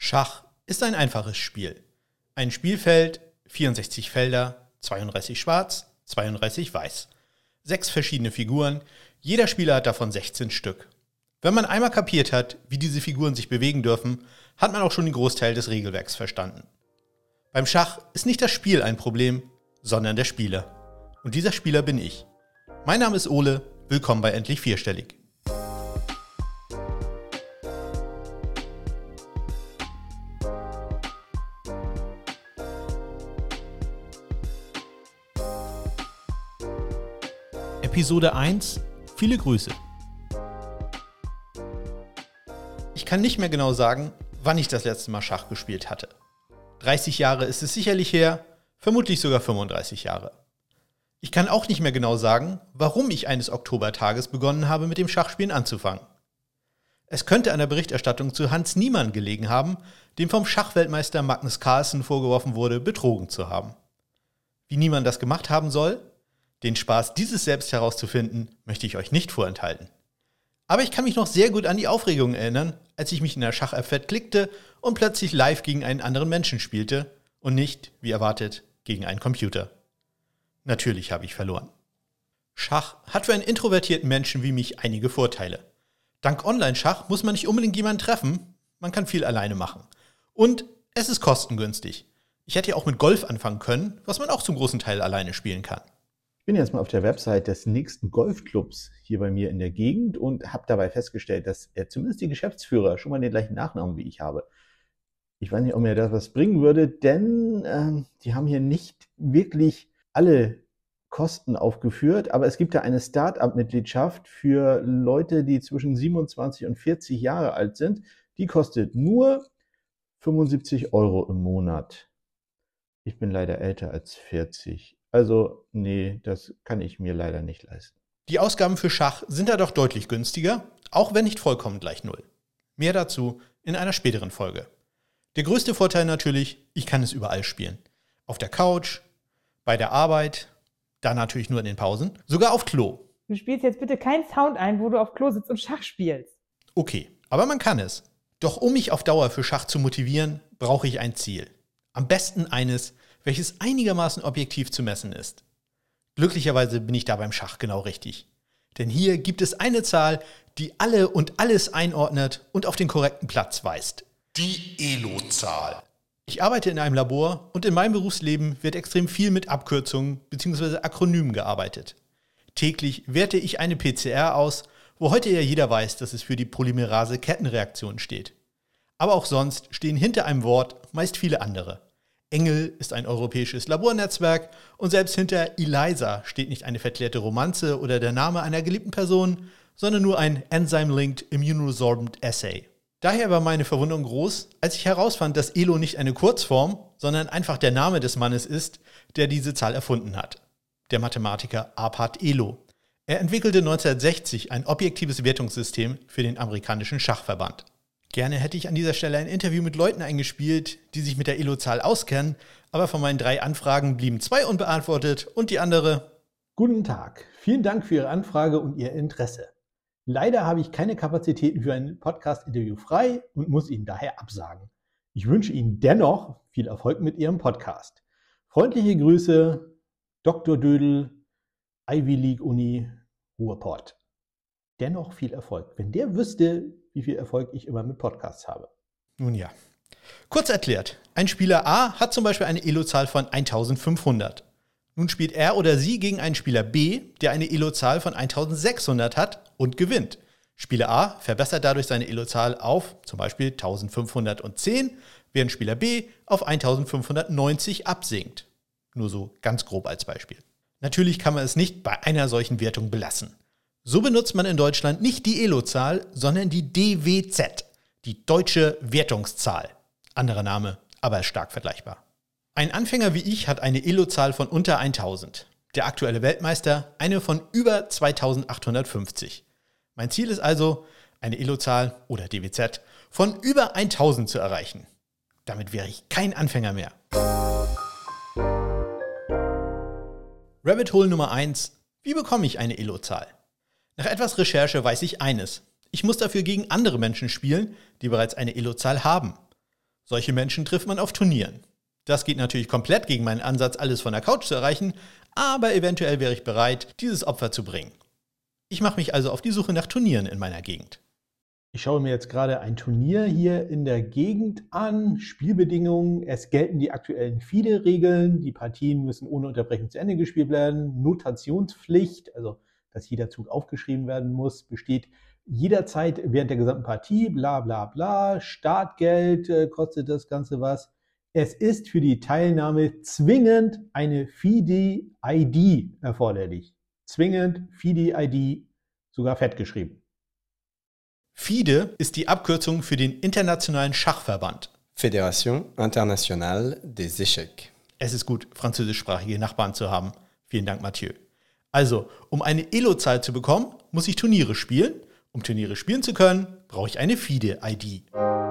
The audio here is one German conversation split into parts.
Schach ist ein einfaches Spiel. Ein Spielfeld, 64 Felder, 32 schwarz, 32 weiß. 6 verschiedene Figuren, jeder Spieler hat davon 16 Stück. Wenn man einmal kapiert hat, wie diese Figuren sich bewegen dürfen, hat man auch schon den Großteil des Regelwerks verstanden. Beim Schach ist nicht das Spiel ein Problem, sondern der Spieler. Und dieser Spieler bin ich. Mein Name ist Ole, willkommen bei Endlich Vierstellig. Episode 1. Viele Grüße. Ich kann nicht mehr genau sagen, wann ich das letzte Mal Schach gespielt hatte. 30 Jahre ist es sicherlich her, vermutlich sogar 35 Jahre. Ich kann auch nicht mehr genau sagen, warum ich eines Oktobertages begonnen habe, mit dem Schachspielen anzufangen. Es könnte an der Berichterstattung zu Hans Niemann gelegen haben, dem vom Schachweltmeister Magnus Carlsen vorgeworfen wurde, betrogen zu haben. Wie Niemann das gemacht haben soll? Den Spaß, dieses selbst herauszufinden, möchte ich euch nicht vorenthalten. Aber ich kann mich noch sehr gut an die Aufregung erinnern, als ich mich in der Schach-App verklickte und plötzlich live gegen einen anderen Menschen spielte und nicht, wie erwartet, gegen einen Computer. Natürlich habe ich verloren. Schach hat für einen introvertierten Menschen wie mich einige Vorteile. Dank Online-Schach muss man nicht unbedingt jemanden treffen, man kann viel alleine machen. Und es ist kostengünstig. Ich hätte ja auch mit Golf anfangen können, was man auch zum großen Teil alleine spielen kann. Ich bin jetzt mal auf der Website des nächsten Golfclubs hier bei mir in der Gegend und habe dabei festgestellt, dass zumindest die Geschäftsführer schon mal den gleichen Nachnamen wie ich habe. Ich weiß nicht, ob mir das was bringen würde, denn die haben hier nicht wirklich alle Kosten aufgeführt, aber es gibt da eine Start-up-Mitgliedschaft für Leute, die zwischen 27 und 40 Jahre alt sind. Die kostet nur 75 € im Monat. Ich bin leider älter als 40. Also, nee, das kann ich mir leider nicht leisten. Die Ausgaben für Schach sind da doch deutlich günstiger, auch wenn nicht vollkommen gleich null. Mehr dazu in einer späteren Folge. Der größte Vorteil natürlich, ich kann es überall spielen. Auf der Couch, bei der Arbeit, da natürlich nur in den Pausen, sogar auf Klo. Du spielst jetzt bitte keinen Sound ein, wo du auf Klo sitzt und Schach spielst. Okay, aber man kann es. Doch um mich auf Dauer für Schach zu motivieren, brauche ich ein Ziel. Am besten eines, welches einigermaßen objektiv zu messen ist. Glücklicherweise bin ich da beim Schach genau richtig. Denn hier gibt es eine Zahl, die alle und alles einordnet und auf den korrekten Platz weist. Die Elo-Zahl. Ich arbeite in einem Labor und in meinem Berufsleben wird extrem viel mit Abkürzungen bzw. Akronymen gearbeitet. Täglich werte ich eine PCR aus, wo heute ja jeder weiß, dass es für die Polymerase-Kettenreaktion steht. Aber auch sonst stehen hinter einem Wort meist viele andere. Engel ist ein europäisches Labornetzwerk und selbst hinter ELISA steht nicht eine verklärte Romanze oder der Name einer geliebten Person, sondern nur ein Enzyme-Linked Immunosorbent Assay. Daher war meine Verwunderung groß, als ich herausfand, dass Elo nicht eine Kurzform, sondern einfach der Name des Mannes ist, der diese Zahl erfunden hat. Der Mathematiker Arpad Elo. Er entwickelte 1960 ein objektives Wertungssystem für den amerikanischen Schachverband. Gerne hätte ich an dieser Stelle ein Interview mit Leuten eingespielt, die sich mit der Elo-Zahl auskennen, aber von meinen 3 Anfragen blieben 2 unbeantwortet und die andere... Guten Tag, vielen Dank für Ihre Anfrage und Ihr Interesse. Leider habe ich keine Kapazitäten für ein Podcast-Interview frei und muss Ihnen daher absagen. Ich wünsche Ihnen dennoch viel Erfolg mit Ihrem Podcast. Freundliche Grüße, Dr. Dödel, Ivy League Uni, Ruhrpott. Dennoch viel Erfolg. Wenn der wüsste, wie viel Erfolg ich immer mit Podcasts habe. Nun ja. Kurz erklärt, ein Spieler A hat zum Beispiel eine Elo-Zahl von 1500. Nun spielt er oder sie gegen einen Spieler B, der eine Elo-Zahl von 1600 hat und gewinnt. Spieler A verbessert dadurch seine Elo-Zahl auf zum Beispiel 1510, während Spieler B auf 1590 absinkt. Nur so ganz grob als Beispiel. Natürlich kann man es nicht bei einer solchen Wertung belassen. So benutzt man in Deutschland nicht die Elo-Zahl, sondern die DWZ, die Deutsche Wertungszahl. Anderer Name, aber stark vergleichbar. Ein Anfänger wie ich hat eine Elo-Zahl von unter 1000. Der aktuelle Weltmeister eine von über 2850. Mein Ziel ist also, eine Elo-Zahl oder DWZ von über 1000 zu erreichen. Damit wäre ich kein Anfänger mehr. Rabbit Hole Nummer 1. Wie bekomme ich eine Elo-Zahl? Nach etwas Recherche weiß ich eines. Ich muss dafür gegen andere Menschen spielen, die bereits eine Elo-Zahl haben. Solche Menschen trifft man auf Turnieren. Das geht natürlich komplett gegen meinen Ansatz, alles von der Couch zu erreichen, aber eventuell wäre ich bereit, dieses Opfer zu bringen. Ich mache mich also auf die Suche nach Turnieren in meiner Gegend. Ich schaue mir jetzt gerade ein Turnier hier in der Gegend an. Spielbedingungen: Es gelten die aktuellen FIDE-Regeln. Die Partien müssen ohne Unterbrechung zu Ende gespielt werden. Notationspflicht, also dass jeder Zug aufgeschrieben werden muss, besteht jederzeit während der gesamten Partie. Bla bla bla. Startgeld kostet das Ganze was. Es ist für die Teilnahme zwingend eine FIDE-ID erforderlich. Zwingend FIDE-ID, sogar fett geschrieben. FIDE ist die Abkürzung für den Internationalen Schachverband. Fédération Internationale des Échecs. Es ist gut, französischsprachige Nachbarn zu haben. Vielen Dank, Mathieu. Also, um eine Elo-Zahl zu bekommen, muss ich Turniere spielen. Um Turniere spielen zu können, brauche ich eine FIDE-ID.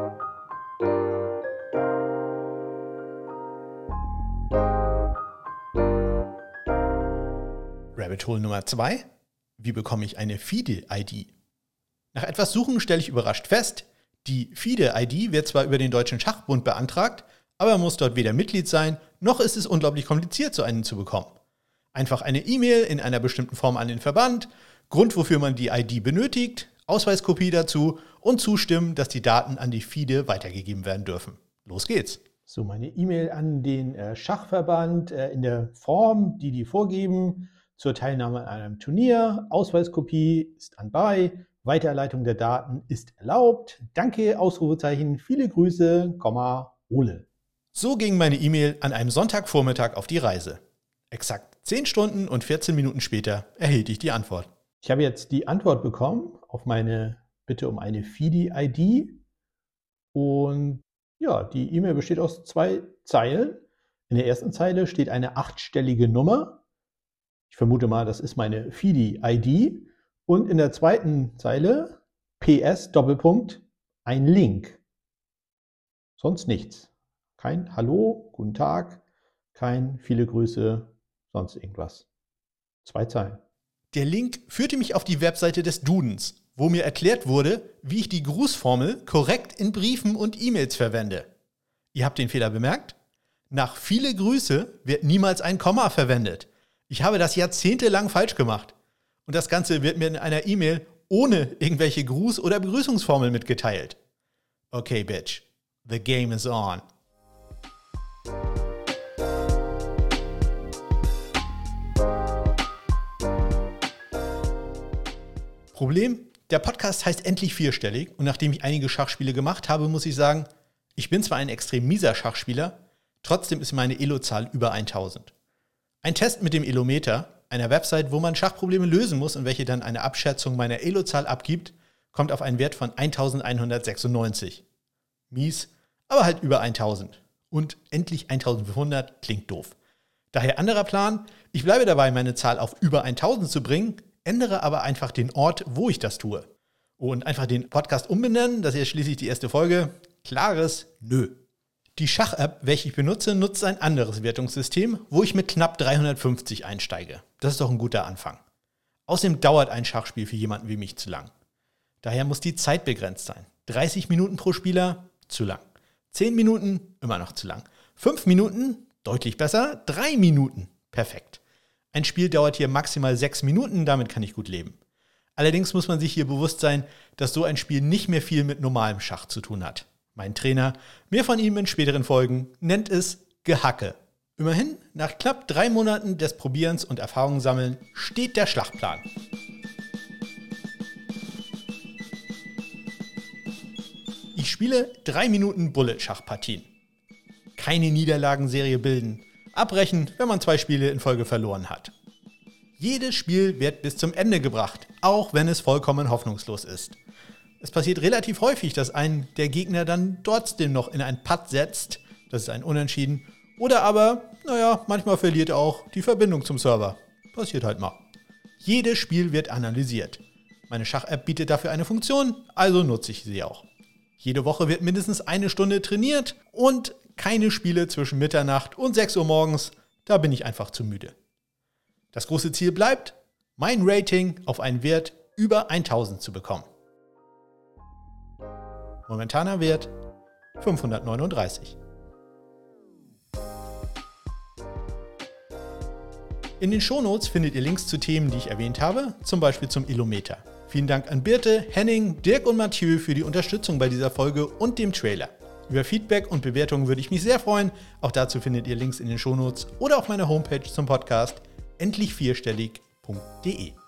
Rabbit Hole Nummer 2. Wie bekomme ich eine FIDE-ID? Nach etwas Suchen stelle ich überrascht fest, die FIDE-ID wird zwar über den Deutschen Schachbund beantragt, aber man muss dort weder Mitglied sein, noch ist es unglaublich kompliziert, so einen zu bekommen. Einfach eine E-Mail in einer bestimmten Form an den Verband, Grund, wofür man die ID benötigt, Ausweiskopie dazu und zustimmen, dass die Daten an die FIDE weitergegeben werden dürfen. Los geht's! So, meine E-Mail an den Schachverband in der Form, die vorgeben, zur Teilnahme an einem Turnier. Ausweiskopie ist anbei. Weiterleitung der Daten ist erlaubt. Danke, Ausrufezeichen, viele Grüße, Ole. So ging meine E-Mail an einem Sonntagvormittag auf die Reise. Exakt 10 Stunden und 14 Minuten später erhielt ich die Antwort. Ich habe jetzt die Antwort bekommen auf meine Bitte um eine FIDE-ID. Und ja, die E-Mail besteht aus 2 Zeilen. In der ersten Zeile steht eine 8-stellige Nummer. Ich vermute mal, das ist meine FIDE-ID. Und in der zweiten Zeile PS Doppelpunkt ein Link. Sonst nichts. Kein Hallo, guten Tag, kein viele Grüße, sonst irgendwas. 2 Zeilen. Der Link führte mich auf die Webseite des Dudens, wo mir erklärt wurde, wie ich die Grußformel korrekt in Briefen und E-Mails verwende. Ihr habt den Fehler bemerkt? Nach viele Grüße wird niemals ein Komma verwendet. Ich habe das jahrzehntelang falsch gemacht. Und das Ganze wird mir in einer E-Mail ohne irgendwelche Gruß- oder Begrüßungsformel mitgeteilt. Okay, Bitch. The game is on. Problem? Der Podcast heißt endlich vierstellig und nachdem ich einige Schachspiele gemacht habe, muss ich sagen, ich bin zwar ein extrem mieser Schachspieler, trotzdem ist meine Elo-Zahl über 1000. Ein Test mit dem Elometer, einer Website, wo man Schachprobleme lösen muss und welche dann eine Abschätzung meiner Elo-Zahl abgibt, kommt auf einen Wert von 1196. Mies, aber halt über 1000. Und endlich 1500 klingt doof. Daher anderer Plan, ich bleibe dabei, meine Zahl auf über 1000 zu bringen, ändere aber einfach den Ort, wo ich das tue. Und einfach den Podcast umbenennen, das ist ja schließlich die erste Folge. Klares Nö. Die Schach-App, welche ich benutze, nutzt ein anderes Wertungssystem, wo ich mit knapp 350 einsteige. Das ist doch ein guter Anfang. Außerdem dauert ein Schachspiel für jemanden wie mich zu lang. Daher muss die Zeit begrenzt sein. 30 Minuten pro Spieler, zu lang. 10 Minuten, immer noch zu lang. 5 Minuten, deutlich besser. 3 Minuten, perfekt. Ein Spiel dauert hier maximal 6 Minuten, damit kann ich gut leben. Allerdings muss man sich hier bewusst sein, dass so ein Spiel nicht mehr viel mit normalem Schach zu tun hat. Mein Trainer, mehr von ihm in späteren Folgen, nennt es Gehacke. Immerhin, nach knapp 3 Monaten des Probierens und Erfahrungen sammeln, steht der Schlachtplan. Ich spiele 3 Minuten Bullet-Schachpartien. Keine Niederlagenserie bilden. Abbrechen, wenn man 2 Spiele in Folge verloren hat. Jedes Spiel wird bis zum Ende gebracht, auch wenn es vollkommen hoffnungslos ist. Es passiert relativ häufig, dass ein der Gegner dann trotzdem noch in ein Patt setzt, das ist ein Unentschieden, oder aber, manchmal verliert er auch die Verbindung zum Server. Passiert halt mal. Jedes Spiel wird analysiert. Meine Schach-App bietet dafür eine Funktion, also nutze ich sie auch. Jede Woche wird mindestens 1 Stunde trainiert und keine Spiele zwischen Mitternacht und 6 Uhr morgens, da bin ich einfach zu müde. Das große Ziel bleibt, mein Rating auf einen Wert über 1000 zu bekommen. Momentaner Wert 539. In den Shownotes findet ihr Links zu Themen, die ich erwähnt habe, zum Beispiel zum Ilometer. Vielen Dank an Birte, Henning, Dirk und Mathieu für die Unterstützung bei dieser Folge und dem Trailer. Über Feedback und Bewertungen würde ich mich sehr freuen. Auch dazu findet ihr Links in den Shownotes oder auf meiner Homepage zum Podcast endlichvierstellig.de.